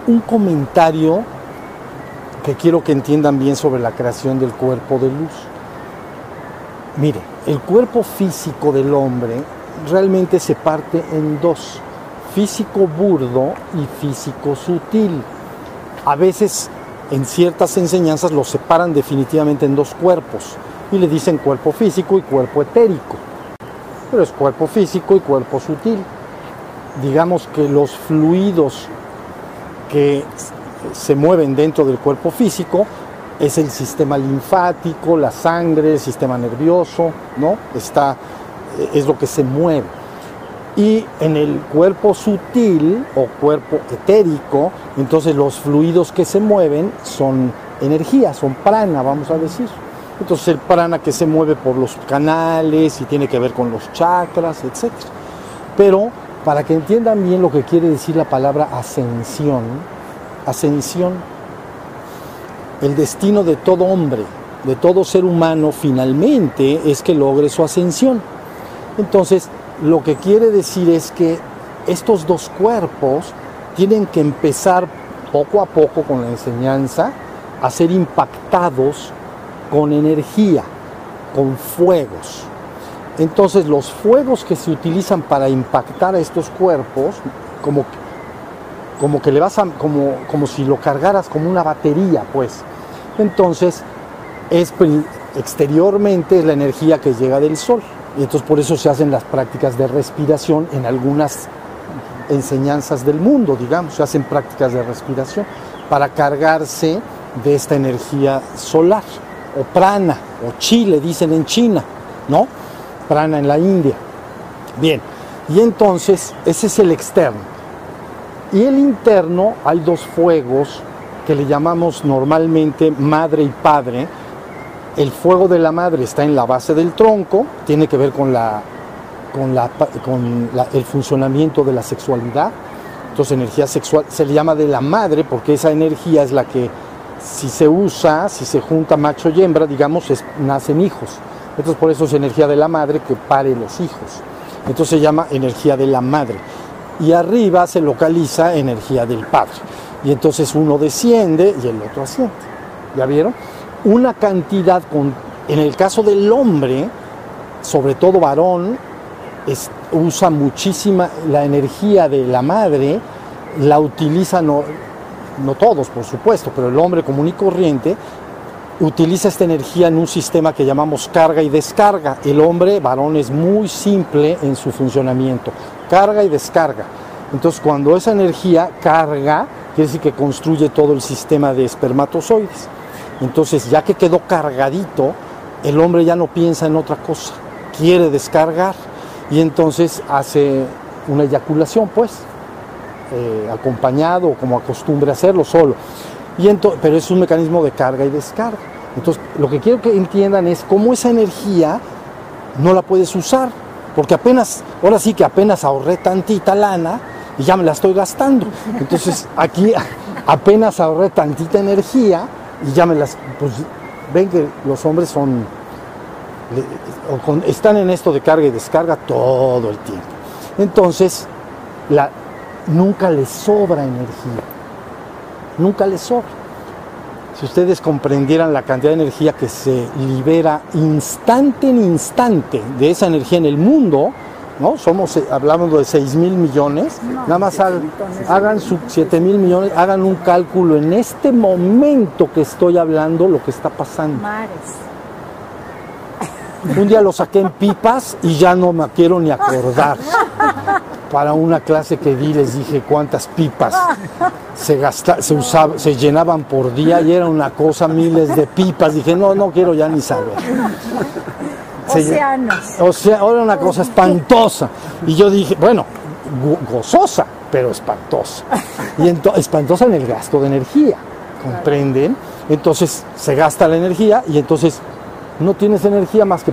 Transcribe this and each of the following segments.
un comentario que quiero que entiendan bien sobre la creación del cuerpo de luz. Mire, el cuerpo físico del hombre realmente se parte en dos: físico burdo y físico sutil. A veces en ciertas enseñanzas los separan definitivamente en dos cuerpos y le dicen cuerpo físico y cuerpo etérico, pero es cuerpo físico y cuerpo sutil. Digamos que los fluidos que se mueven dentro del cuerpo físico es el sistema linfático, la sangre, el sistema nervioso, ¿no? Es lo que se mueve. Y en el cuerpo sutil o cuerpo etérico, entonces los fluidos que se mueven son energía, son prana, vamos a decir. Entonces el prana que se mueve por los canales y tiene que ver con los chakras, etc. Pero para que entiendan bien lo que quiere decir la palabra ascensión, el destino de todo hombre, de todo ser humano finalmente es que logre su ascensión. Entonces, lo que quiere decir es que estos dos cuerpos tienen que empezar poco a poco con la enseñanza a ser impactados con energía, con fuegos. Entonces, los fuegos que se utilizan para impactar a estos cuerpos, como que le vas a, como si lo cargaras como una batería, pues. Entonces, exteriormente es la energía que llega del sol. Y entonces por eso se hacen las prácticas de respiración en algunas enseñanzas del mundo, digamos, se hacen prácticas de respiración para cargarse de esta energía solar, o prana, o chi, le dicen en China, ¿no? Prana en la India. Bien, y entonces ese es el externo. Y el interno, hay dos fuegos que le llamamos normalmente madre y padre. El fuego de la madre está en la base del tronco, tiene que ver con el funcionamiento de la sexualidad. Entonces, energía sexual se le llama de la madre porque esa energía es la que, si se usa, si se junta macho y hembra, digamos, nacen hijos. Entonces, por eso es energía de la madre que pare los hijos. Entonces se llama energía de la madre. Y arriba se localiza energía del padre. Y entonces uno desciende y el otro asciende. ¿Ya vieron? Una cantidad, en el caso del hombre, sobre todo varón, usa muchísima la energía de la madre, la utiliza, no todos por supuesto, pero el hombre común y corriente utiliza esta energía en un sistema que llamamos carga y descarga. El hombre varón es muy simple en su funcionamiento, carga y descarga. Entonces cuando esa energía carga, quiere decir que construye todo el sistema de espermatozoides. Entonces, ya que quedó cargadito, el hombre ya no piensa en otra cosa, quiere descargar y entonces hace una eyaculación, pues, acompañado o como acostumbre hacerlo solo. Pero es un mecanismo de carga y descarga. Entonces, lo que quiero que entiendan es cómo esa energía no la puedes usar, porque ahora sí que apenas ahorré tantita lana y ya me la estoy gastando. Entonces, aquí apenas ahorré tantita energía y ya pues ven que los hombres están en esto de carga y descarga todo el tiempo. Entonces, nunca les sobra energía, nunca les sobra. Si ustedes comprendieran la cantidad de energía que se libera instante en instante de esa energía en el mundo, ¿no? Hablamos de 6,000 millones, nada más hagan 7,000 millones, hagan un cálculo en este momento que estoy hablando lo que está pasando. Mares. Un día lo saqué en pipas y ya no me quiero ni acordar. Para una clase que di les dije cuántas pipas se llenaban por día y era una cosa, miles de pipas. Dije, no quiero ya ni saber. Océanos. O sea, ahora una cosa espantosa. Y yo dije, bueno, gozosa, pero espantosa. Y espantosa en el gasto de energía, ¿comprenden? Entonces se gasta la energía y entonces no tienes energía más que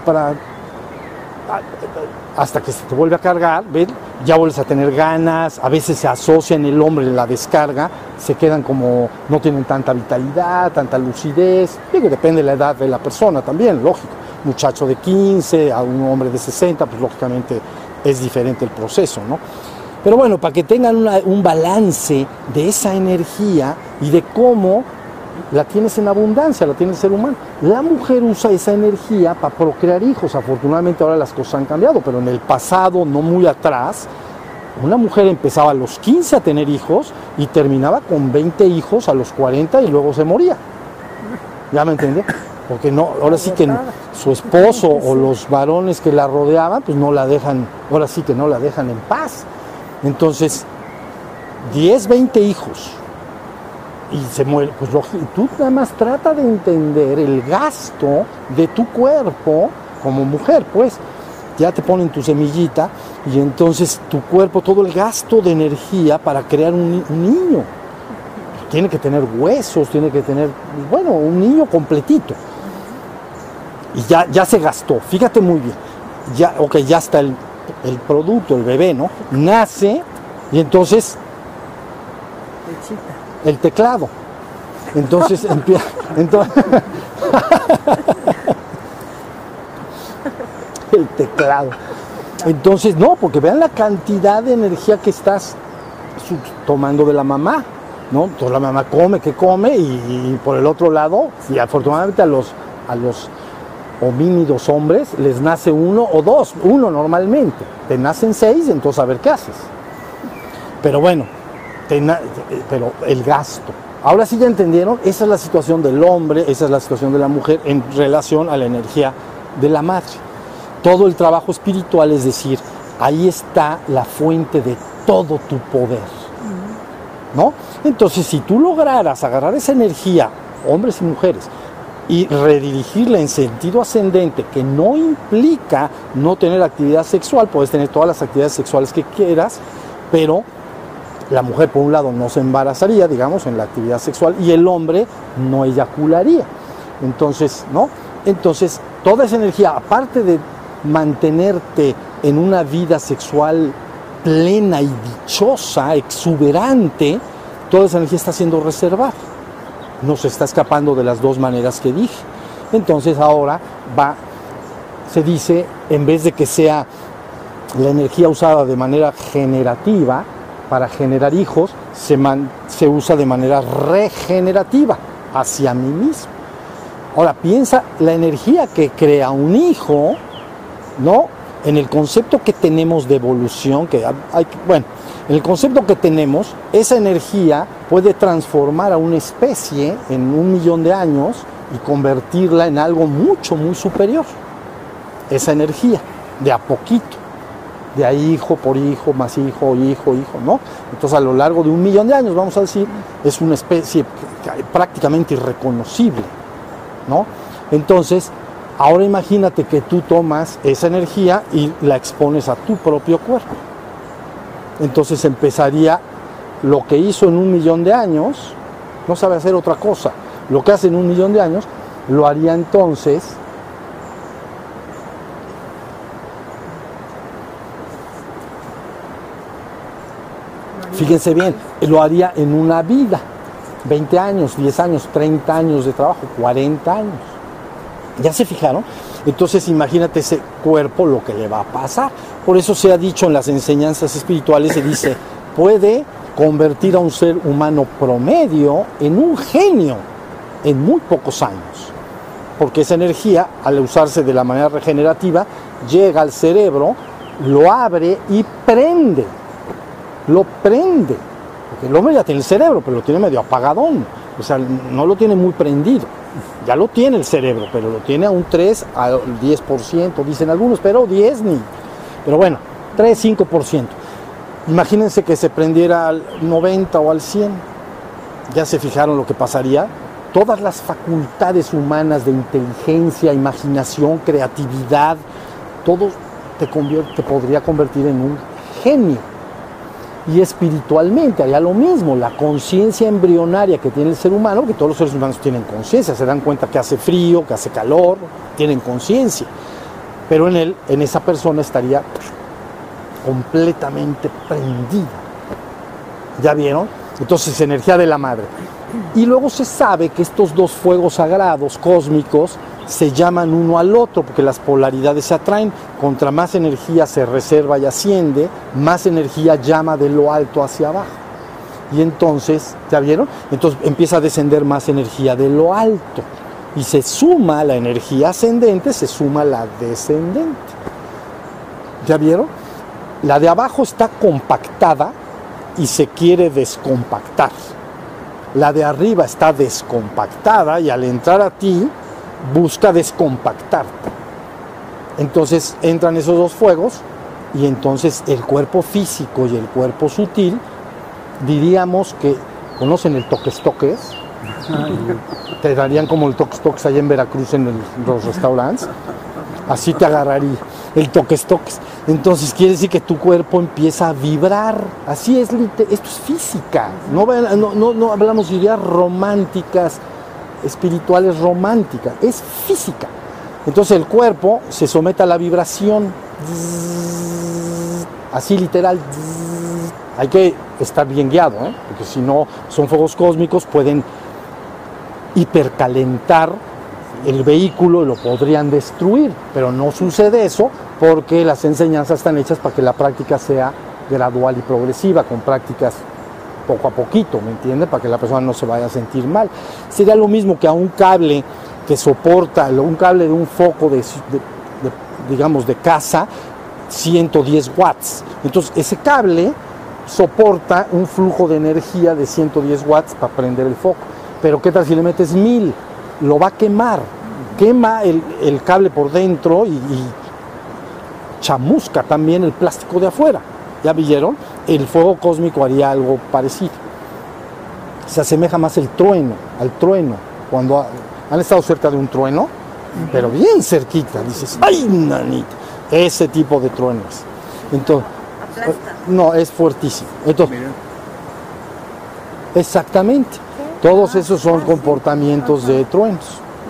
hasta que se te vuelve a cargar, ¿ven? Ya vuelves a tener ganas, a veces se asocia en el hombre la descarga, se quedan como, no tienen tanta vitalidad, tanta lucidez, digo, depende de la edad de la persona también, lógico. Muchacho de 15 a un hombre de 60, pues lógicamente es diferente el proceso, ¿no? Pero bueno, para que tengan un balance de esa energía y de cómo la tienes en abundancia, la tiene el ser humano. La mujer usa esa energía para procrear hijos. Afortunadamente ahora las cosas han cambiado, pero en el pasado, no muy atrás, una mujer empezaba a los 15 a tener hijos y terminaba con 20 hijos a los 40 y luego se moría. ¿Ya me entiende? Porque no, ahora sí que su esposo o los varones que la rodeaban, pues no la dejan, ahora sí que no la dejan en paz. Entonces, 10, 20 hijos y se muere. Pues tú nada más trata de entender el gasto de tu cuerpo como mujer, pues. Ya te ponen tu semillita y entonces tu cuerpo, todo el gasto de energía para crear un niño. Tiene que tener huesos, tiene que tener, bueno, un niño completito. Y ya se gastó, fíjate muy bien. Ya, ok, ya está el producto, el bebé, ¿no? Nace y entonces el teclado. Entonces empieza. El teclado. Entonces, no, porque vean la cantidad de energía que estás tomando de la mamá, ¿no? Entonces la mamá come, que come, y por el otro lado, y afortunadamente a los homínidos hombres les nace uno o dos, uno normalmente. Te nacen 6, entonces a ver qué haces. Pero bueno, pero el gasto. Ahora sí ya entendieron, esa es la situación del hombre, esa es la situación de la mujer en relación a la energía de la madre. Todo el trabajo espiritual, es decir, ahí está la fuente de todo tu poder, ¿no? Entonces, si tú lograras agarrar esa energía, hombres y mujeres, y redirigirla en sentido ascendente, que no implica no tener actividad sexual, puedes tener todas las actividades sexuales que quieras, pero la mujer, por un lado, no se embarazaría, digamos, en la actividad sexual, y el hombre no eyacularía. Entonces, ¿no? Entonces, toda esa energía, aparte de mantenerte en una vida sexual plena y dichosa, exuberante, toda esa energía está siendo reservada. No se está escapando de las dos maneras que dije. Entonces ahora se dice, en vez de que sea la energía usada de manera generativa para generar hijos, se usa de manera regenerativa hacia mí mismo. Ahora piensa la energía que crea un hijo, ¿no? En el concepto que tenemos de evolución, en el concepto que tenemos, esa energía puede transformar a una especie en 1.000.000 de años y convertirla en algo mucho, muy superior. Esa energía, de a poquito, de ahí hijo por hijo, más hijo, hijo, ¿no? Entonces a lo largo de 1.000.000 de años, vamos a decir, es una especie prácticamente irreconocible, ¿no? Entonces, ahora imagínate que tú tomas esa energía y la expones a tu propio cuerpo. Entonces empezaría lo que hizo en 1.000.000 de años, no sabe hacer otra cosa. Lo que hace en 1.000.000 de años, lo haría entonces fíjense bien, lo haría en una vida. 20 años, 10 años, 30 años de trabajo, 40 años. ¿Ya se fijaron? Entonces imagínate ese cuerpo lo que le va a pasar. Por eso se ha dicho en las enseñanzas espirituales, se dice, puede convertir a un ser humano promedio en un genio en muy pocos años. Porque esa energía, al usarse de la manera regenerativa, llega al cerebro, lo abre y prende. Lo prende. Porque el hombre ya tiene el cerebro, pero lo tiene medio apagadón. O sea, no lo tiene muy prendido. Ya lo tiene el cerebro, pero lo tiene a un 3 al 10%, dicen algunos, pero 10 ni. Pero bueno, 3, 5%. Imagínense que se prendiera al 90 o al 100. ¿Ya se fijaron lo que pasaría? Todas las facultades humanas de inteligencia, imaginación, creatividad, todo te podría convertir en un genio. Y espiritualmente haría lo mismo, la conciencia embrionaria que tiene el ser humano, que todos los seres humanos tienen conciencia, se dan cuenta que hace frío, que hace calor, tienen conciencia, pero en esa persona estaría completamente prendida. ¿Ya vieron? Entonces, energía de la madre. Y luego se sabe que estos dos fuegos sagrados cósmicos se llaman uno al otro, porque las polaridades se atraen. Contra más energía se reserva y asciende, más energía llama de lo alto hacia abajo. Y entonces, ¿ya vieron? Entonces empieza a descender más energía de lo alto. Y se suma la energía ascendente, se suma la descendente. ¿Ya vieron? La de abajo está compactada y se quiere descompactar. La de arriba está descompactada y al entrar a ti busca descompactarte. Entonces entran esos dos fuegos y entonces el cuerpo físico y el cuerpo sutil, diríamos que conocen el toques-toques. Te darían como el toques-toques allá en Veracruz en los restaurantes. Así te agarraría el toques-toques. Entonces quiere decir que tu cuerpo empieza a vibrar. Así es, esto es física. No hablamos de ideas románticas, espirituales románticas. Es física. Entonces el cuerpo se somete a la vibración. Así literal. Hay que estar bien guiado, porque si no son fuegos cósmicos, pueden hipercalentar el vehículo y lo podrían destruir, pero no sucede eso porque las enseñanzas están hechas para que la práctica sea gradual y progresiva, con prácticas poco a poquito, ¿me entiende? Para que la persona no se vaya a sentir mal. Sería lo mismo que a un cable que soporta, un cable de un foco digamos de casa, 110 watts. Entonces ese cable soporta un flujo de energía de 110 watts para prender el foco. Pero ¿qué tal si le metes 1000? Lo va a quemar. Quema el cable por dentro y chamusca también el plástico de afuera. ¿Ya vieron? El fuego cósmico haría algo parecido. Se asemeja más al trueno. Cuando han estado cerca de un trueno, pero bien cerquita, dices, ¡ay, nanita! Ese tipo de truenos. Entonces, no, es fuertísimo. Entonces, exactamente. Todos esos son comportamientos de truenos.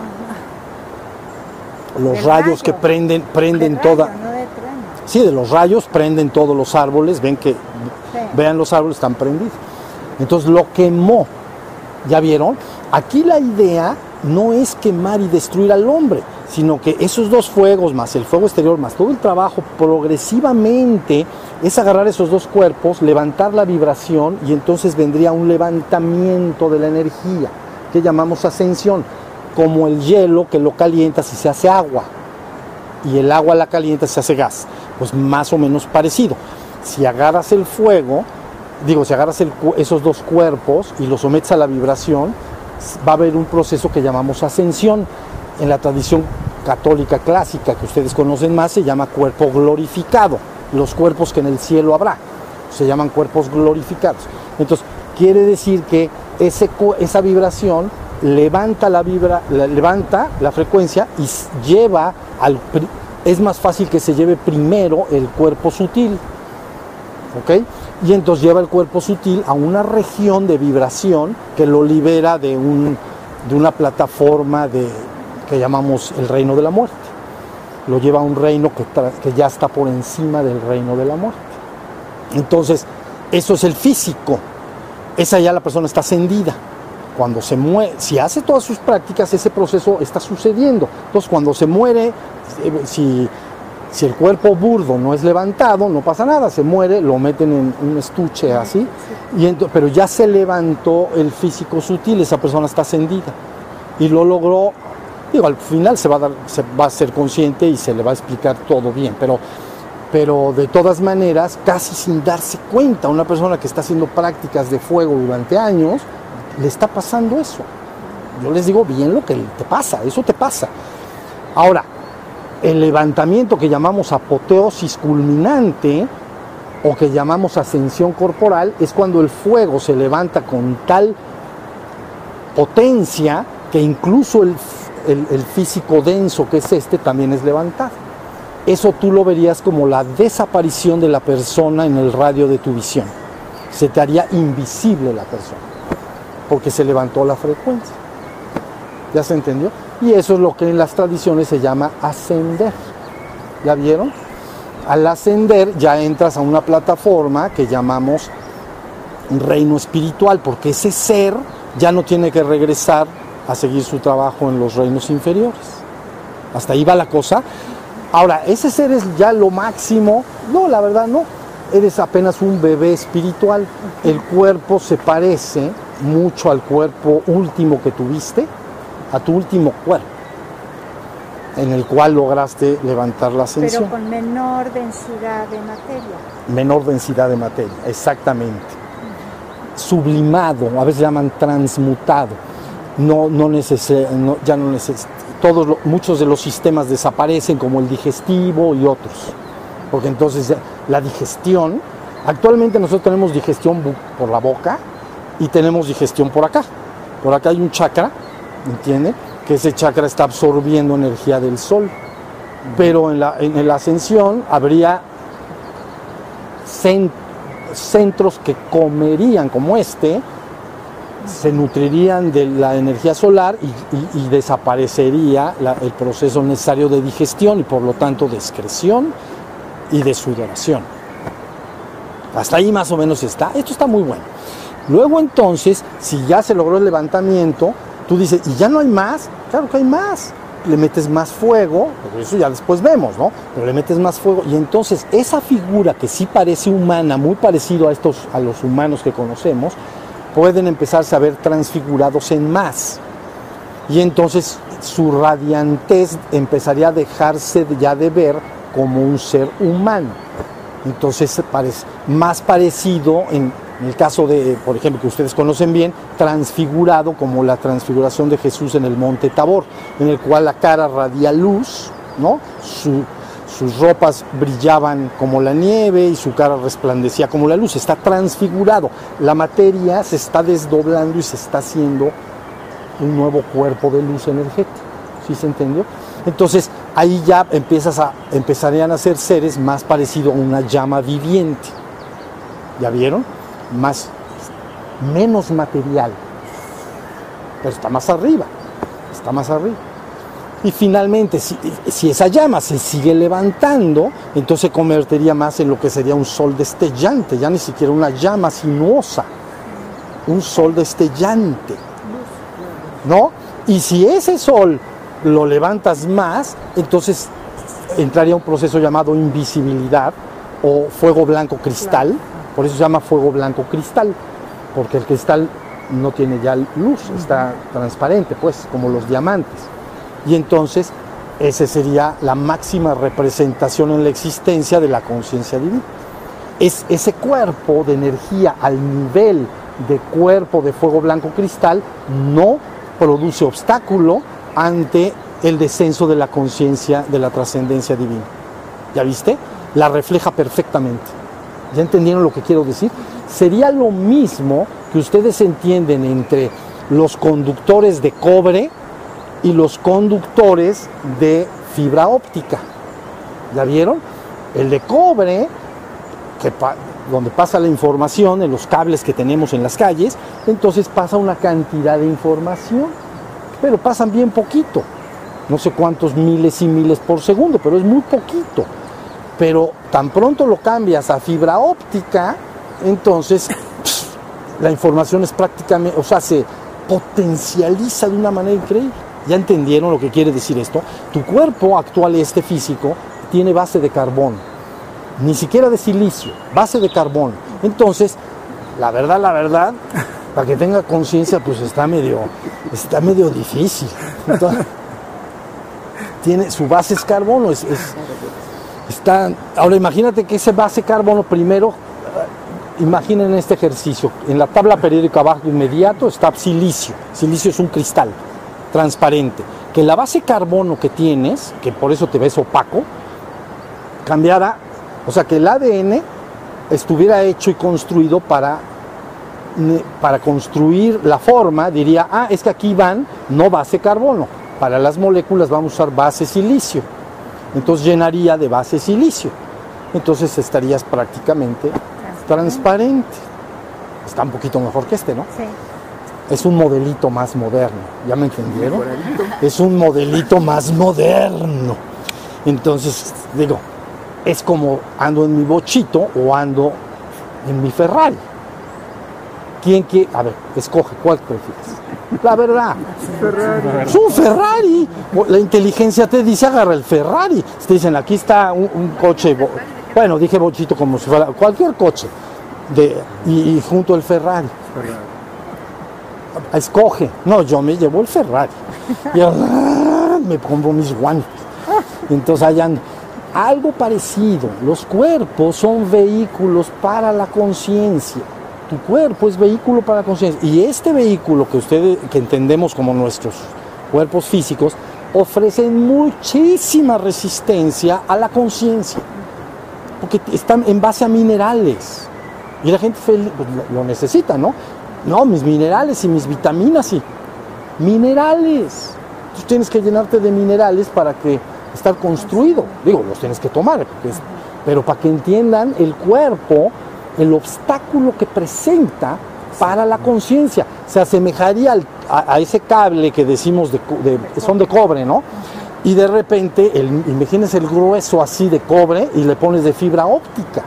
Los rayos que prenden toda. Sí, de los rayos prenden todos los árboles. Vean los árboles, están prendidos. Entonces lo quemó. ¿Ya vieron? Aquí la idea no es quemar y destruir al hombre, sino que esos dos fuegos, más el fuego exterior, más todo el trabajo, progresivamente es agarrar esos dos cuerpos, levantar la vibración y entonces vendría un levantamiento de la energía, que llamamos ascensión, como el hielo que lo calientas y se hace agua, y el agua la calientas y se hace gas, pues más o menos parecido. Si agarras el fuego, si agarras esos dos cuerpos y los sometes a la vibración, va a haber un proceso que llamamos ascensión. En la tradición católica clásica, que ustedes conocen más, se llama cuerpo glorificado. Los cuerpos que en el cielo habrá se llaman cuerpos glorificados. Entonces, quiere decir que esa vibración levanta la frecuencia y lleva es más fácil que se lleve primero el cuerpo sutil, ¿ok? Y entonces lleva el cuerpo sutil a una región de vibración que lo libera de una plataforma que llamamos el reino de la muerte. Lo lleva a un reino que ya está por encima del reino de la muerte. Entonces, eso es el físico. Esa ya la persona está ascendida. Cuando se muere, si hace todas sus prácticas, ese proceso está sucediendo. Entonces, cuando se muere, si el cuerpo burdo no es levantado, no pasa nada, se muere, lo meten en un estuche así, pero ya se levantó el físico sutil, esa persona está ascendida y lo logró. Al final se va a ser consciente y se le va a explicar todo bien, pero de todas maneras, casi sin darse cuenta, una persona que está haciendo prácticas de fuego durante años, le está pasando eso. Yo les digo bien lo que te pasa, eso te pasa. Ahora, el levantamiento que llamamos apoteosis culminante o que llamamos ascensión corporal es cuando el fuego se levanta con tal potencia que incluso el físico denso que es también es levantado. Eso tú lo verías como la desaparición de la persona en el radio de tu visión. Se te haría invisible la persona porque se levantó la frecuencia. ¿Ya se entendió? Y eso es lo que en las tradiciones se llama ascender. ¿Ya vieron? Al ascender ya entras a una plataforma que llamamos reino espiritual, porque ese ser ya no tiene que regresar a seguir su trabajo en los reinos inferiores. Hasta ahí va la cosa. Ahora, ese ser es ya lo máximo. No, la verdad no. Eres apenas un bebé espiritual. El cuerpo se parece mucho al cuerpo último que tuviste, a tu último cuerpo, en el cual lograste levantar la ascensión. Pero con menor densidad de materia. Menor densidad de materia, exactamente. Sublimado, a veces llaman transmutado. Ya no necesita. Muchos de los sistemas desaparecen, como el digestivo y otros. Porque entonces la digestión, actualmente nosotros tenemos digestión por la boca y tenemos digestión por acá. Por acá hay un chakra, ¿entiende? Que ese chakra está absorbiendo energía del sol. Pero en la ascensión habría centros que comerían como se nutrirían de la energía solar y desaparecería el proceso necesario de digestión y por lo tanto de excreción y de sudoración. Hasta ahí más o menos está. Esto está muy bueno. Luego entonces, si ya se logró el levantamiento, tú dices, ¿y ya no hay más? Claro que hay más. Le metes más fuego, eso ya después vemos, ¿no? Pero le metes más fuego y entonces esa figura que sí parece humana, muy parecido a los humanos que conocemos, pueden empezarse a ver transfigurados en más. Y entonces su radiantez empezaría a dejarse ya de ver como un ser humano. Entonces parece más parecido en el caso de, por ejemplo, que ustedes conocen bien, transfigurado como la transfiguración de Jesús en el monte Tabor, en el cual la cara radia luz, ¿no? Sus ropas brillaban como la nieve y su cara resplandecía como la luz. Está transfigurado. La materia se está desdoblando y se está haciendo un nuevo cuerpo de luz energética. ¿Sí se entendió? Entonces, ahí ya empezarían a ser seres más parecidos a una llama viviente. ¿Ya vieron? Menos material. Pero está más arriba. Está más arriba. Y finalmente, si esa llama se sigue levantando, entonces se convertiría más en lo que sería un sol destellante, ya ni siquiera una llama sinuosa, un sol destellante, ¿no? Y si ese sol lo levantas más, entonces entraría un proceso llamado invisibilidad o fuego blanco cristal, por eso se llama fuego blanco cristal, porque el cristal no tiene ya luz, está transparente, pues, como los diamantes. Y entonces, esa sería la máxima representación en la existencia de la conciencia divina. Es ese cuerpo de energía al nivel de cuerpo de fuego blanco cristal no produce obstáculo ante el descenso de la conciencia de la trascendencia divina. ¿Ya viste? La refleja perfectamente. ¿Ya entendieron lo que quiero decir? Sería lo mismo que ustedes entienden entre los conductores de cobre y los conductores de fibra óptica. ¿Ya vieron? El de cobre, donde pasa la información en los cables que tenemos en las calles, entonces pasa una cantidad de información, pero pasan bien poquito, no sé cuántos miles y miles por segundo, pero es muy poquito. Pero tan pronto lo cambias a fibra óptica, entonces la información es prácticamente, o sea, se potencializa de una manera increíble. ¿Ya entendieron lo que quiere decir esto? Tu cuerpo actual, físico, tiene base de carbón, ni siquiera de silicio, base de carbón. Entonces, la verdad, para que tenga conciencia, pues está medio difícil. Entonces, su base es carbono, ahora imagínate que ese base carbono primero, imaginen este ejercicio, en la tabla periódica abajo inmediato está silicio. Silicio es un cristal transparente, que la base carbono que tienes, que por eso te ves opaco, cambiara, o sea que el ADN estuviera hecho y construido para construir la forma, diría, es que aquí van no base carbono, para las moléculas vamos a usar base silicio, entonces llenaría de base silicio, entonces estarías prácticamente transparente. Está un poquito mejor que ¿no? Sí. Es un modelito más moderno, ¿ya me entendieron? Es un modelito más moderno. Entonces, digo, es como ando en mi bochito o ando en mi Ferrari. A ver, escoge, ¿cuál prefieres? La verdad, Es un Ferrari. La inteligencia te dice agarra el Ferrari. Te dicen aquí está un coche, bueno, dije bochito como si fuera cualquier coche, y junto al Ferrari. Escoge. No, yo me llevo el Ferrari. Yo me pongo mis guantes. Entonces allá ando. Algo parecido. Los cuerpos son vehículos para la conciencia. Tu cuerpo es vehículo para la conciencia. Y este vehículo que entendemos como nuestros cuerpos físicos, ofrecen muchísima resistencia a la conciencia. Porque están en base a minerales. Y la gente lo necesita, ¿no? No, mis minerales y mis vitaminas y minerales. Tú tienes que llenarte de minerales para que estar construido. Digo, los tienes que tomar, pero para que entiendan el cuerpo, el obstáculo que presenta para la conciencia. Se asemejaría a ese cable que decimos son de cobre, ¿no? Y de repente, imagínense el grueso así de cobre y le pones de fibra óptica.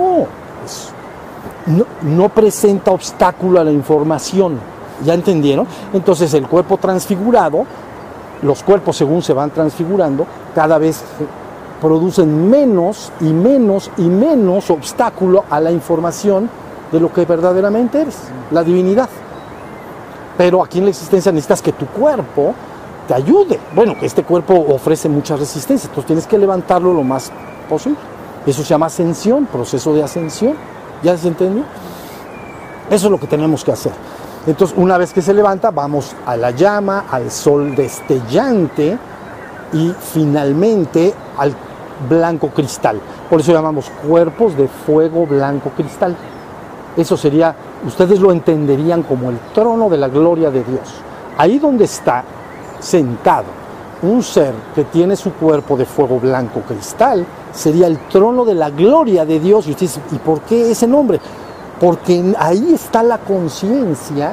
No presenta obstáculo a la información. ¿Ya entendieron? Entonces el cuerpo transfigurado, los cuerpos según se van transfigurando, cada vez producen menos y menos y menos obstáculo a la información de lo que verdaderamente eres, la divinidad. Pero aquí en la existencia necesitas que tu cuerpo te ayude. Bueno, que este cuerpo ofrece mucha resistencia, entonces tienes que levantarlo lo más posible. Eso se llama ascensión, proceso de ascensión. ¿Ya se entendió? Eso es lo que tenemos que hacer. Entonces, una vez que se levanta, vamos a la llama, al sol destellante y finalmente al blanco cristal. Por eso llamamos cuerpos de fuego blanco cristal. Eso sería, ustedes lo entenderían como el trono de la gloria de Dios. Ahí donde está sentado un ser que tiene su cuerpo de fuego blanco cristal, sería el trono de la gloria de Dios. Y ustedes dicen, ¿y por qué ese nombre? Porque ahí está la conciencia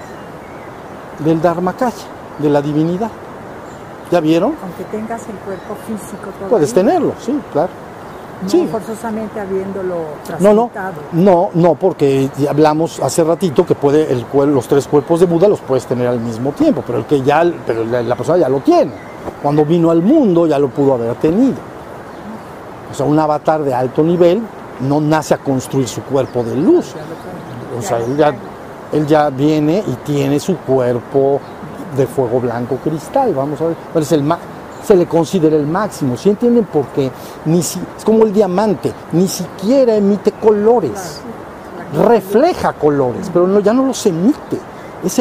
del Dharmakaya, de la divinidad. ¿Ya vieron? Aunque tengas el cuerpo físico todavía. Puedes tenerlo, sí, claro. No sí. Forzosamente habiéndolo transmutado. No, porque ya hablamos hace ratito que los tres cuerpos de Buda los puedes tener al mismo tiempo, pero la persona ya lo tiene. Cuando vino al mundo ya lo pudo haber tenido. O sea, un avatar de alto nivel no nace a construir su cuerpo de luz. O sea, él ya viene y tiene su cuerpo de fuego blanco cristal. Vamos a ver, se le considera el máximo. ¿Sí entienden? Porque es como el diamante, ni siquiera emite colores. Refleja colores, pero ya no los emite. Es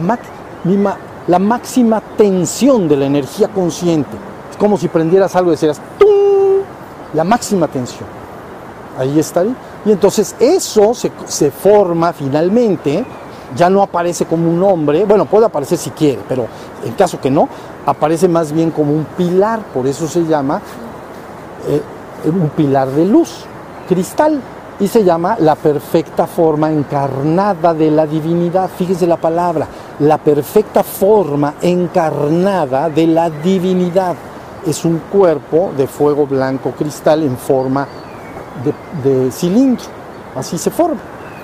la máxima tensión de la energía consciente. Es como si prendieras algo y decieras ¡tum! La máxima tensión. Ahí estaría. Y entonces eso se forma finalmente, ya no aparece como un hombre, bueno, puede aparecer si quiere, pero en caso que no, aparece más bien como un pilar, por eso se llama un pilar de luz, cristal, y se llama la perfecta forma encarnada de la divinidad. Fíjense la palabra, la perfecta forma encarnada de la divinidad. Es un cuerpo de fuego blanco cristal en forma de cilindro, así se forma.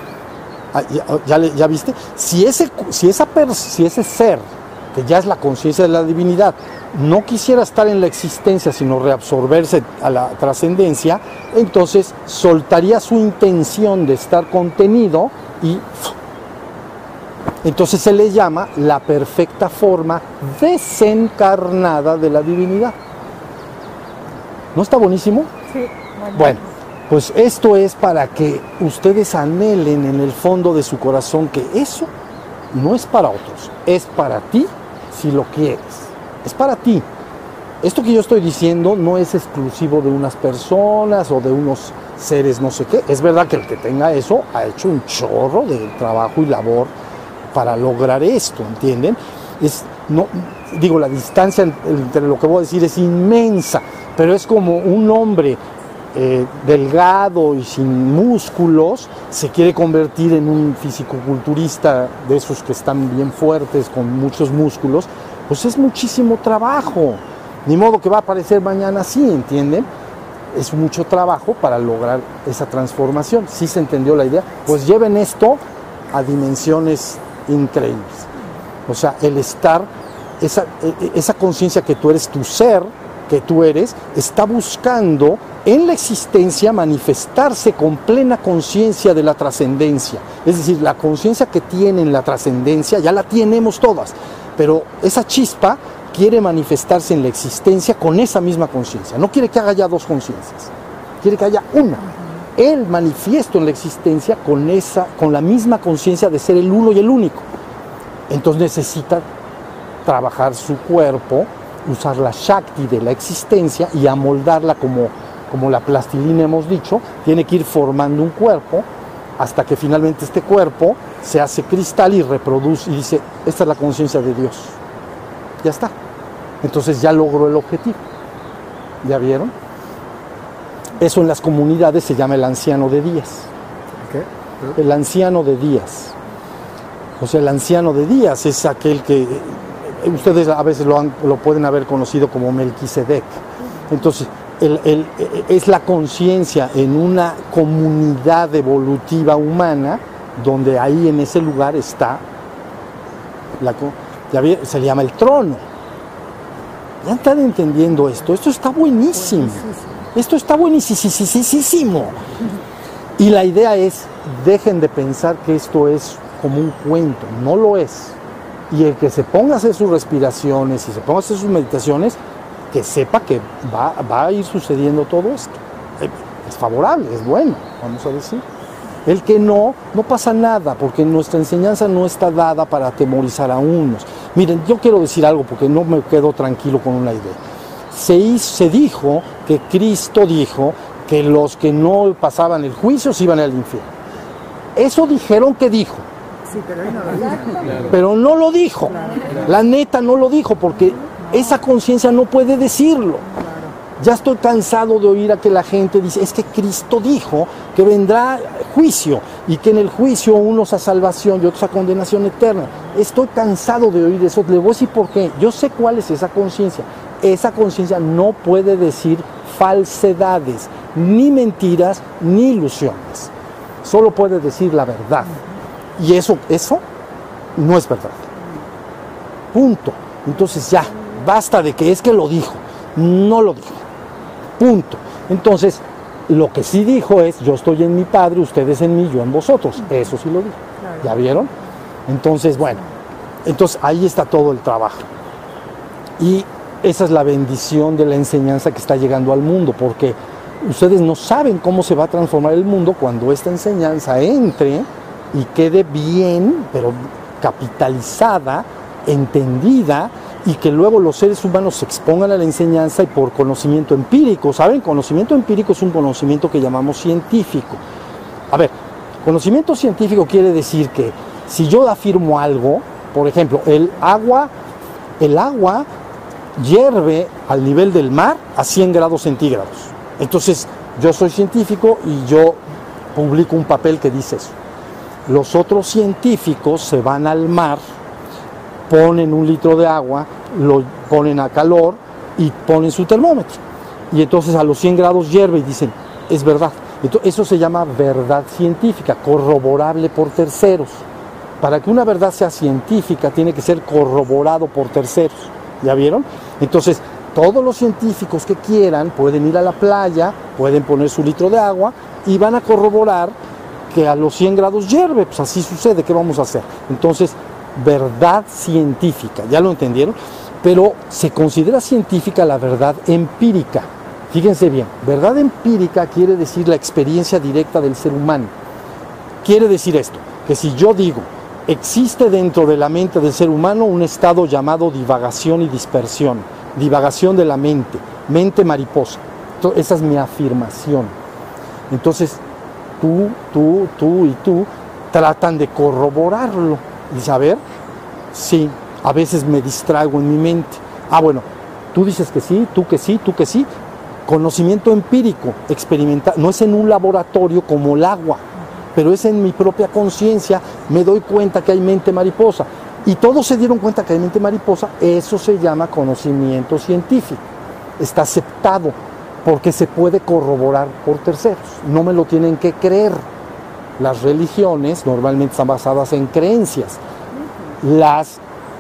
¿Ya viste? Si ese ser, que ya es la conciencia de la divinidad, no quisiera estar en la existencia, sino reabsorberse a la trascendencia, entonces soltaría su intención de estar contenido y entonces se le llama la perfecta forma desencarnada de la divinidad. ¿No está buenísimo? Sí. Bueno, pues esto es para que ustedes anhelen en el fondo de su corazón que eso no es para otros, es para ti si lo quieres, es para ti. Esto que yo estoy diciendo no es exclusivo de unas personas o de unos seres no sé qué. Es verdad que el que tenga eso ha hecho un chorro de trabajo y labor para lograr esto, ¿entienden? La distancia entre lo que voy a decir es inmensa, pero es como un hombre delgado y sin músculos se quiere convertir en un fisicoculturista de esos que están bien fuertes con muchos músculos, pues es muchísimo trabajo, ni modo que va a aparecer mañana así, ¿entienden? Es mucho trabajo para lograr esa transformación. ¿Sí se entendió la idea? Pues lleven esto a dimensiones increíbles. O sea, el estar esa conciencia que tú eres, tu ser, que tú eres, está buscando en la existencia manifestarse con plena conciencia de la trascendencia. Es decir, la conciencia que tiene en la trascendencia ya la tenemos todas, pero esa chispa quiere manifestarse en la existencia con esa misma conciencia. No quiere que haya ya dos conciencias, quiere que haya una. El manifiesto en la existencia con la misma conciencia de ser el uno y el único. Entonces necesita trabajar su cuerpo, usar la Shakti de la existencia y amoldarla como la plastilina hemos dicho, tiene que ir formando un cuerpo hasta que finalmente este cuerpo se hace cristal y reproduce y dice, esta es la conciencia de Dios. Ya está. Entonces ya logró el objetivo. ¿Ya vieron? Eso en las comunidades se llama el anciano de días. ¿Qué? El anciano de días. O sea, el anciano de días es aquel que ustedes a veces lo pueden haber conocido como Melquisedec. Entonces, es la conciencia en una comunidad evolutiva humana donde ahí en ese lugar está, se le llama el trono. ¿Ya están entendiendo esto? Esto está buenísimo. Esto está buenísimo. Y la idea es, dejen de pensar que esto es como un cuento, no lo es. Y el que se ponga a hacer sus respiraciones y se ponga a hacer sus meditaciones, que sepa que va a ir sucediendo todo esto. Es favorable, es bueno, vamos a decir. El que no pasa nada, porque nuestra enseñanza no está dada para atemorizar a unos. Miren, yo quiero decir algo porque no me quedo tranquilo con una idea. Se dijo que Cristo dijo que los que no pasaban el juicio se iban al infierno. Eso dijeron que dijo. Sí, pero él no lo dijo. Pero no lo dijo. La neta no lo dijo porque esa conciencia no puede decirlo. Ya estoy cansado de oír a que la gente dice, es que Cristo dijo que vendrá juicio y que en el juicio unos a salvación y otros a condenación eterna. Estoy cansado de oír eso. Le voy a decir por qué. Yo sé cuál es esa conciencia. Esa conciencia no puede decir falsedades, ni mentiras, ni ilusiones. Solo puede decir la verdad. Y eso no es verdad. Punto. Entonces ya, basta de que es que lo dijo. No lo dijo. Punto. Entonces, lo que sí dijo es, yo estoy en mi Padre, ustedes en mí, yo en vosotros. Eso sí lo dijo. ¿Ya vieron? Entonces, bueno, entonces ahí está todo el trabajo. Y esa es la bendición de la enseñanza que está llegando al mundo, porque ustedes no saben cómo se va a transformar el mundo cuando esta enseñanza entre y quede bien, pero capitalizada, entendida, y que luego los seres humanos se expongan a la enseñanza y por conocimiento empírico. ¿Saben? Conocimiento empírico es un conocimiento que llamamos científico. A ver, conocimiento científico quiere decir que si yo afirmo algo, por ejemplo, el agua hierve al nivel del mar a 100 grados centígrados. Entonces, yo soy científico y yo publico un papel que dice eso. Los otros científicos se van al mar, ponen un litro de agua, lo ponen a calor y ponen su termómetro. Y entonces a los 100 grados hierve y dicen, es verdad. Entonces, eso se llama verdad científica, corroborable por terceros. Para que una verdad sea científica tiene que ser corroborado por terceros. ¿Ya vieron? Entonces, todos los científicos que quieran pueden ir a la playa, pueden poner su litro de agua y van a corroborar que a los 100 grados hierve. Pues así sucede, ¿qué vamos a hacer? Entonces, verdad científica, ¿ya lo entendieron? Pero se considera científica la verdad empírica. Fíjense bien, verdad empírica quiere decir la experiencia directa del ser humano. Quiere decir esto, que si yo digo, existe dentro de la mente del ser humano un estado llamado divagación y dispersión, divagación de la mente mariposa. Entonces, esa es mi afirmación. Entonces, tú y tú tratan de corroborarlo. Y saber, sí, a veces me distraigo en mi mente. Bueno, tú dices que sí, tú que sí, tú que sí. Conocimiento empírico, experimental, no es en un laboratorio como el agua, pero es en mi propia conciencia, me doy cuenta que hay mente mariposa. Y todos se dieron cuenta que hay mente mariposa, eso se llama conocimiento científico. Está aceptado porque se puede corroborar por terceros, no me lo tienen que creer. Las religiones normalmente están basadas en creencias. Las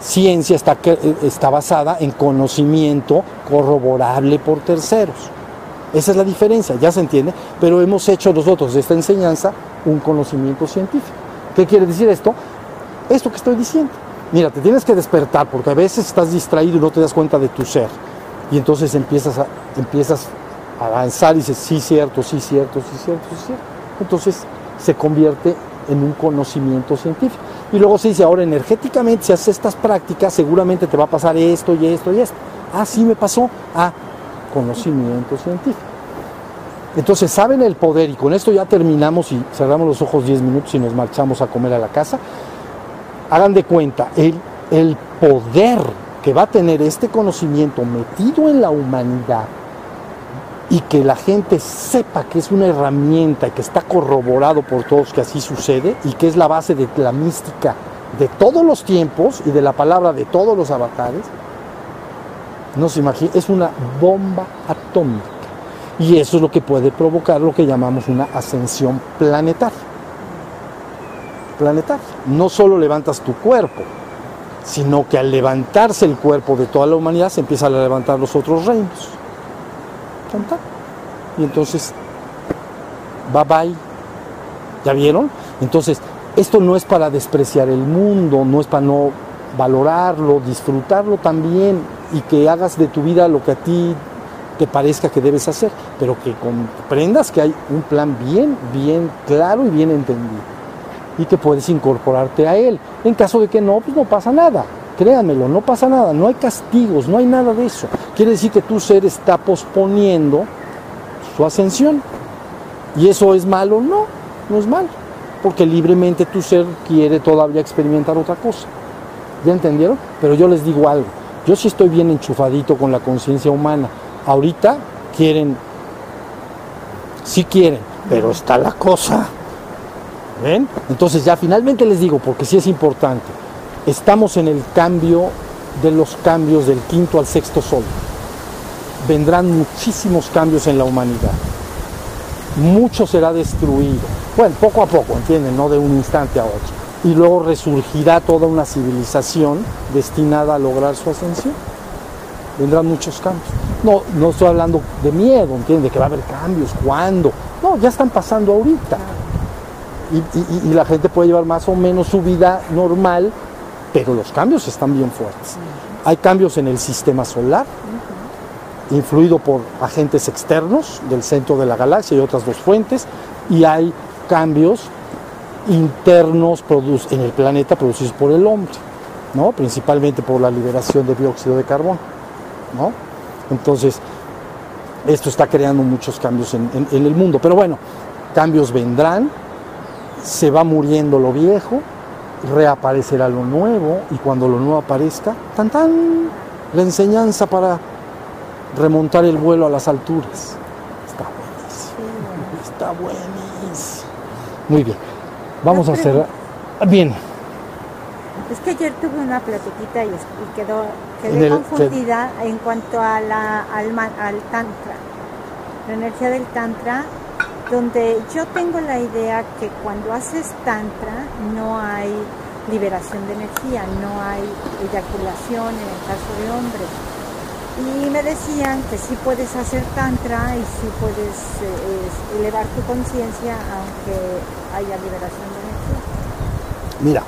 ciencia está basada en conocimiento corroborable por terceros. Esa es la diferencia, ya se entiende, pero hemos hecho nosotros de esta enseñanza un conocimiento científico. ¿Qué quiere decir esto? Esto que estoy diciendo. Mira, te tienes que despertar porque a veces estás distraído y no te das cuenta de tu ser. Y entonces empiezas a avanzar y dices, sí, cierto, sí, cierto, sí, cierto, sí, cierto. Entonces se convierte en un conocimiento científico. Y luego se dice, ahora energéticamente, si haces estas prácticas, seguramente te va a pasar esto y esto y esto. Ah, sí me pasó. Ah, conocimiento científico. Entonces saben el poder, y con esto ya terminamos y cerramos los ojos 10 minutos y nos marchamos a comer a la casa. Hagan de cuenta, el poder que va a tener este conocimiento metido en la humanidad y que la gente sepa que es una herramienta y que está corroborado por todos que así sucede y que es la base de la mística de todos los tiempos y de la palabra de todos los avatares, no se imagina, es una bomba atómica. Y eso es lo que puede provocar lo que llamamos una ascensión planetaria. Planetaria. No solo levantas tu cuerpo, sino que al levantarse el cuerpo de toda la humanidad se empiezan a levantar los otros reinos. Y entonces, bye bye. ¿Ya vieron? Entonces, esto no es para despreciar el mundo, no es para no valorarlo, disfrutarlo también y que hagas de tu vida lo que a ti te parezca que debes hacer, pero que comprendas que hay un plan bien claro y bien entendido y que puedes incorporarte a él. En caso de que no, pues no pasa nada. Créanmelo, no pasa nada, no hay castigos, no hay nada de eso. Quiere decir que tu ser está posponiendo su ascensión. ¿Y eso es malo? No, no es malo, porque libremente tu ser quiere todavía experimentar otra cosa. ¿Ya entendieron? Pero yo les digo algo, yo sí estoy bien enchufadito con la conciencia humana. Ahorita sí quieren, pero está la cosa. ¿Ven? Entonces ya finalmente les digo, porque sí es importante, estamos en el cambio de los cambios del quinto al sexto sol. Vendrán muchísimos cambios en la humanidad. Mucho será destruido. Bueno, poco a poco, ¿entienden? No de un instante a otro. Y luego resurgirá toda una civilización destinada a lograr su ascensión. Vendrán muchos cambios. No estoy hablando de miedo, ¿entienden? De que va a haber cambios. ¿Cuándo? No, ya están pasando ahorita. Y la gente puede llevar más o menos su vida normal, pero los cambios están bien fuertes. Hay cambios en el sistema solar, influido por agentes externos del centro de la galaxia y otras dos fuentes, y hay cambios internos en el planeta producidos por el hombre, ¿no? Principalmente por la liberación de dióxido de carbono, ¿no? Entonces, esto está creando muchos cambios en el mundo, pero bueno, cambios vendrán, se va muriendo lo viejo, reaparecerá lo nuevo, y cuando lo nuevo aparezca, la enseñanza para remontar el vuelo a las alturas. Está buenísimo. Muy bien, vamos a cerrar. Bien. Es que ayer tuve una platiquita y quedé confundida en cuanto a al tantra, la energía del tantra, donde yo tengo la idea que cuando haces tantra no hay liberación de energía, no hay eyaculación en el caso de hombres. Y me decían que sí puedes hacer tantra y sí puedes elevar tu conciencia aunque haya liberación de energía. Mira,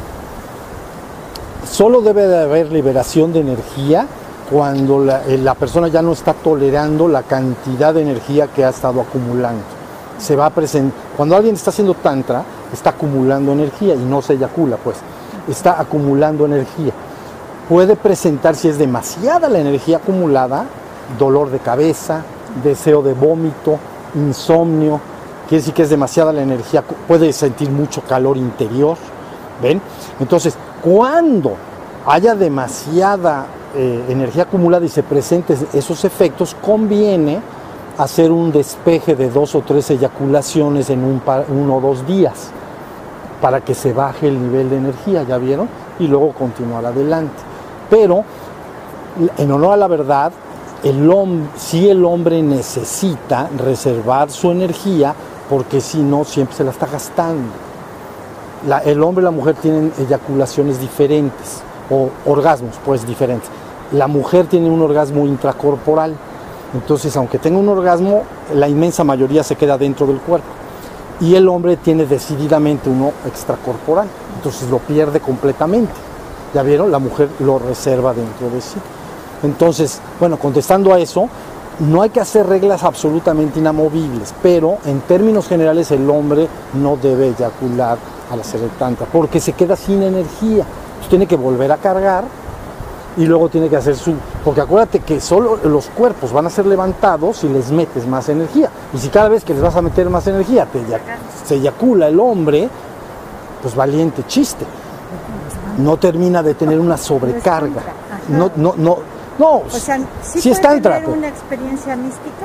solo debe de haber liberación de energía cuando la persona ya no está tolerando la cantidad de energía que ha estado acumulando. Se va a presentar, cuando alguien está haciendo tantra, está acumulando energía y no se eyacula, pues, está acumulando energía. Puede presentar, si es demasiada la energía acumulada, dolor de cabeza, deseo de vómito, insomnio, quiere decir que es demasiada la energía, puede sentir mucho calor interior, ¿ven? Entonces, cuando haya demasiada energía acumulada y se presenten esos efectos, conviene hacer un despeje de 2 o 3 eyaculaciones en 1 o 2 días para que se baje el nivel de energía, ¿ya vieron? Y luego continuar adelante. Pero, en honor a la verdad, sí el hombre necesita reservar su energía, porque si no, siempre se la está gastando. El hombre y la mujer tienen eyaculaciones diferentes. o orgasmos, pues diferentes. La mujer tiene un orgasmo intracorporal, entonces aunque tenga un orgasmo, la inmensa mayoría se queda dentro del cuerpo. Y el hombre tiene decididamente uno extracorporal, entonces lo pierde completamente. ¿Ya vieron? La mujer lo reserva dentro de sí. Entonces, bueno, contestando a eso, no hay que hacer reglas absolutamente inamovibles, pero en términos generales el hombre no debe eyacular al hacer el tantra, porque se queda sin energía. Entonces, tiene que volver a cargar y luego tiene que hacer su... Porque acuérdate que solo los cuerpos van a ser levantados si les metes más energía. Y si cada vez que les vas a meter más energía se eyacula el hombre, pues valiente chiste. No termina de tener una sobrecarga. No, o sea, ¿sí si es puede tantra, tener una experiencia mística?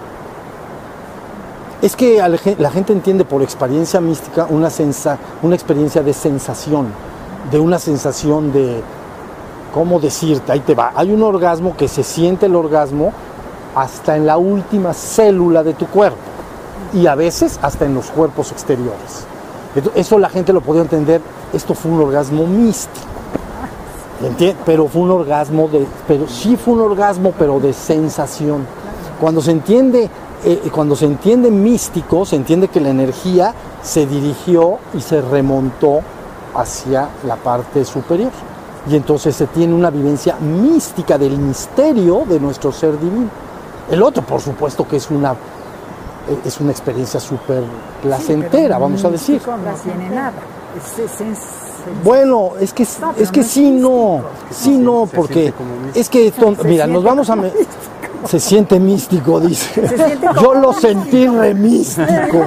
Es que la gente entiende por experiencia mística una experiencia de sensación, de una sensación de, ¿cómo decirte? Ahí te va. Hay un orgasmo que se siente el orgasmo hasta en la última célula de tu cuerpo y a veces hasta en los cuerpos exteriores. Eso la gente lo podía entender, esto fue un orgasmo místico. Pero fue un orgasmo pero de sensación. Cuando se entiende místico, se entiende que la energía se dirigió y se remontó hacia la parte superior. Y entonces se tiene una vivencia mística del misterio de nuestro ser divino. El otro, por supuesto, que es una experiencia súper placentera, vamos a decir. No tiene nada. Bueno, es que sí, no, porque es que, mira, nos vamos a... Se siente místico, dice. Yo lo sentí re místico.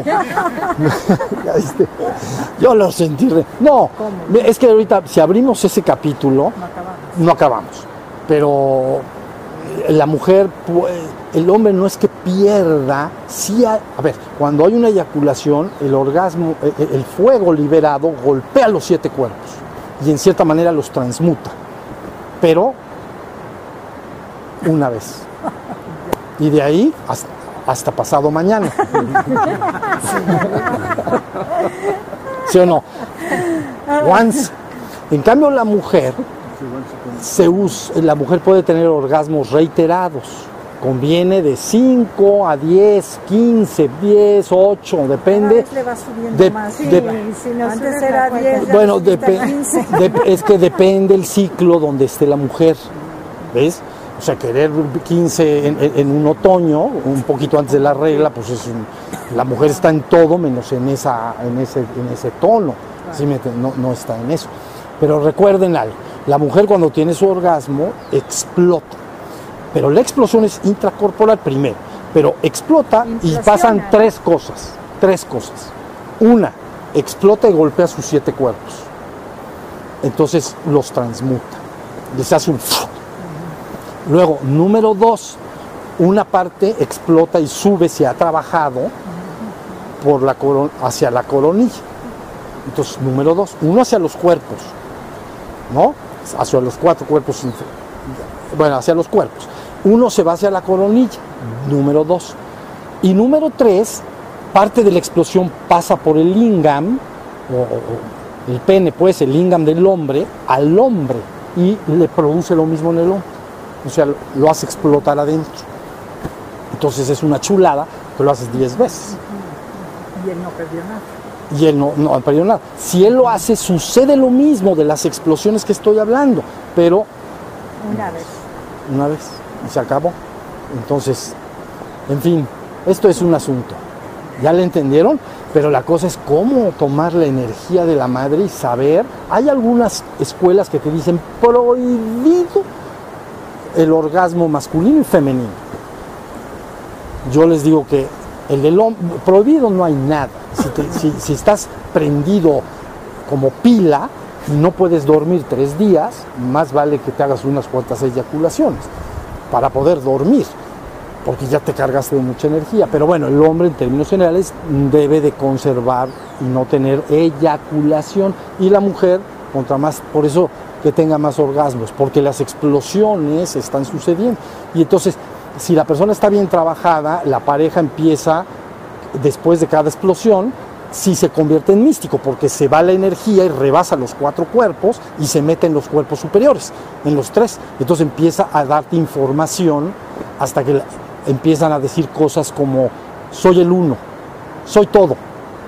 Yo lo sentí re... No, es que ahorita, si abrimos ese capítulo, no acabamos. Pero la mujer, el hombre no es que pierda, a ver, cuando hay una eyaculación, el orgasmo, el fuego liberado golpea los 7 cuerpos y en cierta manera los transmuta, pero una vez. Y de ahí hasta pasado mañana. ¿Sí o no? Once. En cambio la mujer la mujer puede tener orgasmos reiterados. Conviene de 5 a 10, 15, 10, 8, depende. Cada vez le va subiendo más. Si no antes era 10, bueno, es que depende el ciclo donde esté la mujer. ¿Ves? O sea, querer 15 en un otoño, un poquito antes de la regla, pues la mujer está en todo menos en ese tono. ¿Sí? No está en eso. Pero recuerden algo, la mujer cuando tiene su orgasmo explota. Pero la explosión es intracorporal primero, pero explota y pasan tres cosas. Una, explota y golpea sus 7 cuerpos. Entonces los transmuta, les hace un... Luego, número 2, una parte explota y sube, se ha trabajado hacia la coronilla. Entonces, número 2, uno hacia los cuerpos, ¿no? Hacia los 4 cuerpos, bueno, hacia los cuerpos. Uno se va hacia la coronilla, número 2. Y número 3, parte de la explosión pasa por el lingam, o el pene, pues, el lingam del hombre, al hombre, y le produce lo mismo en el hombre. O sea, lo hace explotar adentro. Entonces es una chulada, que lo haces 10 veces. Y él no perdió nada. Y él no perdió nada. Si él lo hace, sucede lo mismo de las explosiones que estoy hablando, pero... Una vez. Y se acabó. Entonces, en fin, esto es un asunto. ¿Ya le entendieron? Pero la cosa es cómo tomar la energía de la madre y saber. Hay algunas escuelas que te dicen prohibido el orgasmo masculino y femenino. Yo les digo que el del hombre, prohibido no hay nada. Si estás prendido como pila y no puedes dormir 3 días, más vale que te hagas unas cuantas eyaculaciones para poder dormir, porque ya te cargaste de mucha energía. Pero bueno, el hombre en términos generales debe de conservar y no tener eyaculación, y la mujer contra más, por eso que tenga más orgasmos, porque las explosiones están sucediendo. Y entonces, si la persona está bien trabajada, la pareja empieza, después de cada explosión, sí se convierte en místico, porque se va la energía y rebasa los 4 cuerpos y se mete en los cuerpos superiores, en los 3. Entonces empieza a darte información hasta que empiezan a decir cosas como: soy el uno, soy todo.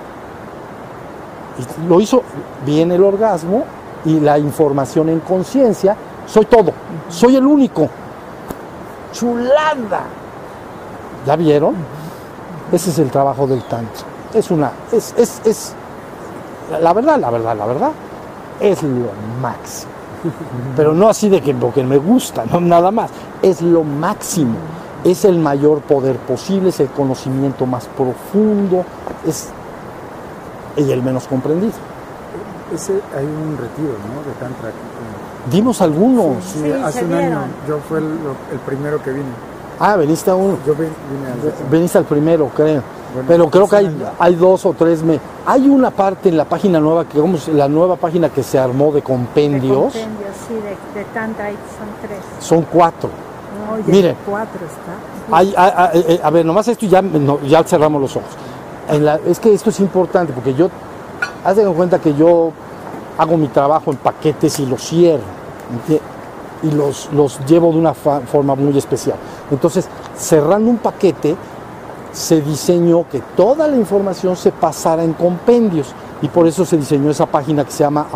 Y lo hizo bien el orgasmo y la información en conciencia: soy todo, soy el único. ¡Chulada! ¿Ya vieron? Ese es el trabajo del Tantra. Es la verdad, es lo máximo. Pero no así de que porque me gusta, no nada más. Es lo máximo. Es el mayor poder posible, es el conocimiento más profundo, y el menos comprendido. Hay un retiro, ¿no?, de Tantra aquí. Dimos algunos. Sí, hace un año. Yo fue el primero que vine. Ah, veniste a uno. Yo vine Veniste al primero, creo. Bueno, pero creo que hay 2 o 3. Hay una parte en la página nueva, la nueva página que se armó de compendios. De compendios, sí, de Tantra, son 3. Son 4. No, Miren, 4 está. a ver, nomás esto y ya cerramos los ojos. Es que esto es importante porque haz de cuenta que yo hago mi trabajo en paquetes y los cierro, y los llevo de una forma muy especial. Entonces, cerrando un paquete, se diseñó que toda la información se pasara en compendios, y por eso se diseñó esa página que se llama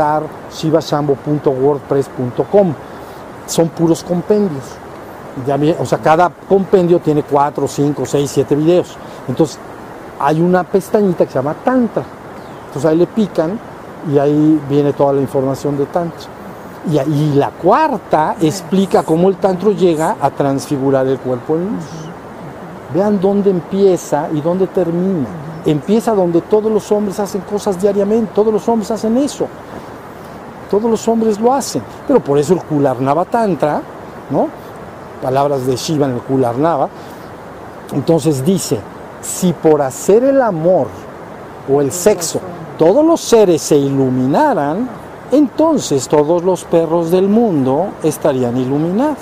avatarshivashambo.wordpress.com. Son puros compendios. O sea, cada compendio tiene 4, 5, 6, 7 videos. Entonces, hay una pestañita que se llama Tantra. Entonces ahí le pican y ahí viene toda la información de Tantra. Y la 4ª explica cómo el Tantra llega a transfigurar el cuerpo en luz. Vean dónde empieza y dónde termina. Empieza donde todos los hombres hacen cosas diariamente, todos los hombres hacen eso. Todos los hombres lo hacen. Pero por eso el Kularnava Tantra, ¿no?, palabras de Shiva en el Kularnava, entonces dice: si por hacer el amor o el sexo todos los seres se iluminaran, entonces todos los perros del mundo estarían iluminados.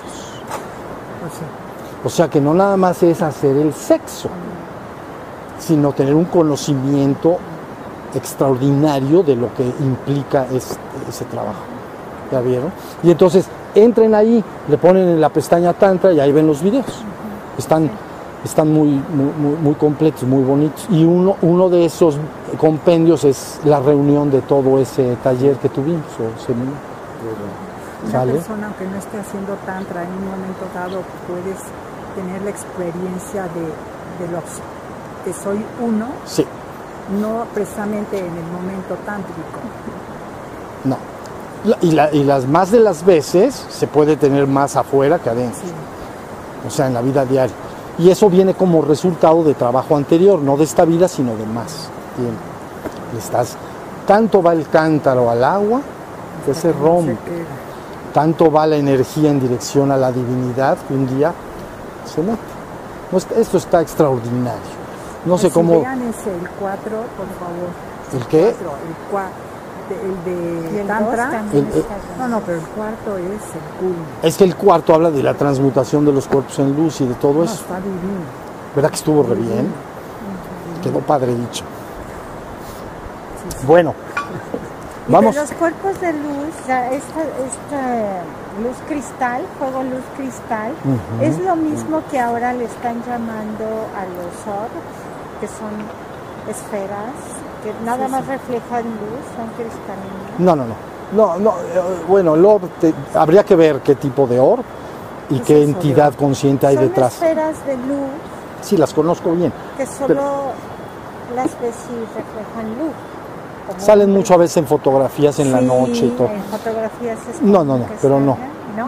O sea que no nada más es hacer el sexo, sino tener un conocimiento extraordinario de lo que implica ese trabajo. ¿Ya vieron? Y entonces entren ahí, le ponen en la pestaña Tantra y ahí ven los videos. Están muy completos, muy bonitos. Y uno de esos compendios es la reunión de todo ese taller que tuvimos, o seminario. Una persona, aunque no esté haciendo Tantra, en un momento dado puedes tener la experiencia de los que soy uno. Sí. No precisamente en el momento tántrico. No. Y las más de las veces se puede tener más afuera que adentro. Sí. O sea, en la vida diaria. Y eso viene como resultado de trabajo anterior, no de esta vida, sino de más tiempo. Tanto va el cántaro al agua que se rompe. Tanto va la energía en dirección a la divinidad que un día se mete. Esto está extraordinario. No sé cómo. Vean ese, el 4, por favor. ¿El qué? El 4. El de Tantra. No, pero el 4 es el culmen. Es que el 4 habla de la transmutación de los cuerpos en luz y de todo eso. Está divino. ¿Verdad que estuvo re bien? Quedó padre dicho. Sí. Bueno, vamos. De los cuerpos de luz, esta luz cristal, fuego luz cristal, es lo mismo que ahora le están llamando a los orbs, que son esferas, que nada más reflejan luz, son cristalinas. No. Bueno, el orb, habría que ver qué tipo de orb y qué entidad consciente hay detrás. Son esferas de luz. Sí, las conozco bien. Que solo las ves y reflejan luz. Salen mucho a veces en fotografías en la noche y todo. En fotografías es No, pero no. No.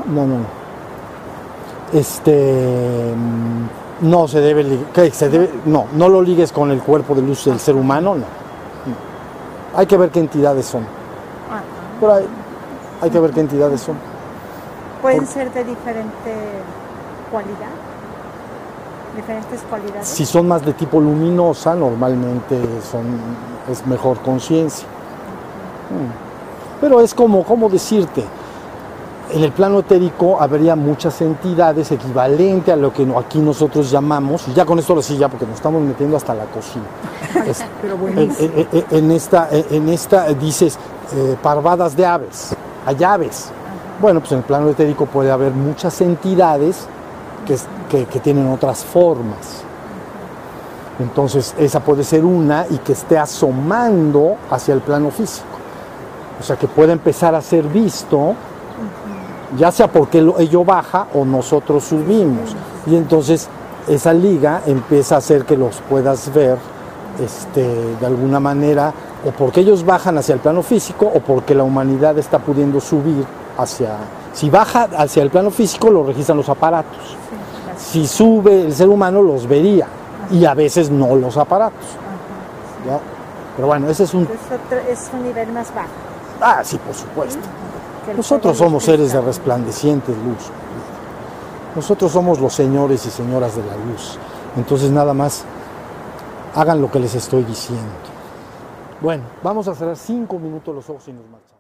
No se debe, no lo ligues con el cuerpo de luz del ser humano, no. Hay que ver qué entidades son. Pero hay que ver qué entidades son. Pueden ser de diferente cualidad. Diferentes cualidades. Si son más de tipo luminosa, normalmente es mejor conciencia. Pero es como decirte, En el plano etérico habría muchas entidades equivalente a lo que aquí nosotros llamamos, y ya con esto lo sí, ya porque nos estamos metiendo hasta la cocina. Pero buenísimo. En esta dices parvadas de aves, hay aves. Bueno, pues en el plano etérico puede haber muchas entidades que tienen otras formas. Entonces esa puede ser una y que esté asomando hacia el plano físico. O sea, que pueda empezar a ser visto, ya sea porque ello baja o nosotros subimos. Y entonces esa liga empieza a hacer que los puedas ver de alguna manera, o porque ellos bajan hacia el plano físico o porque la humanidad está pudiendo subir hacia... Si baja hacia el plano físico, lo registran los aparatos. Si sube el ser humano, los vería. Y a veces no los aparatos. ¿Ya? Pero bueno, ese es un... Es un nivel más bajo. Ah, sí, por supuesto. Nosotros somos seres de resplandeciente luz. Nosotros somos los señores y señoras de la luz. Entonces nada más hagan lo que les estoy diciendo. Bueno, vamos a cerrar 5 minutos los ojos y nos marchamos.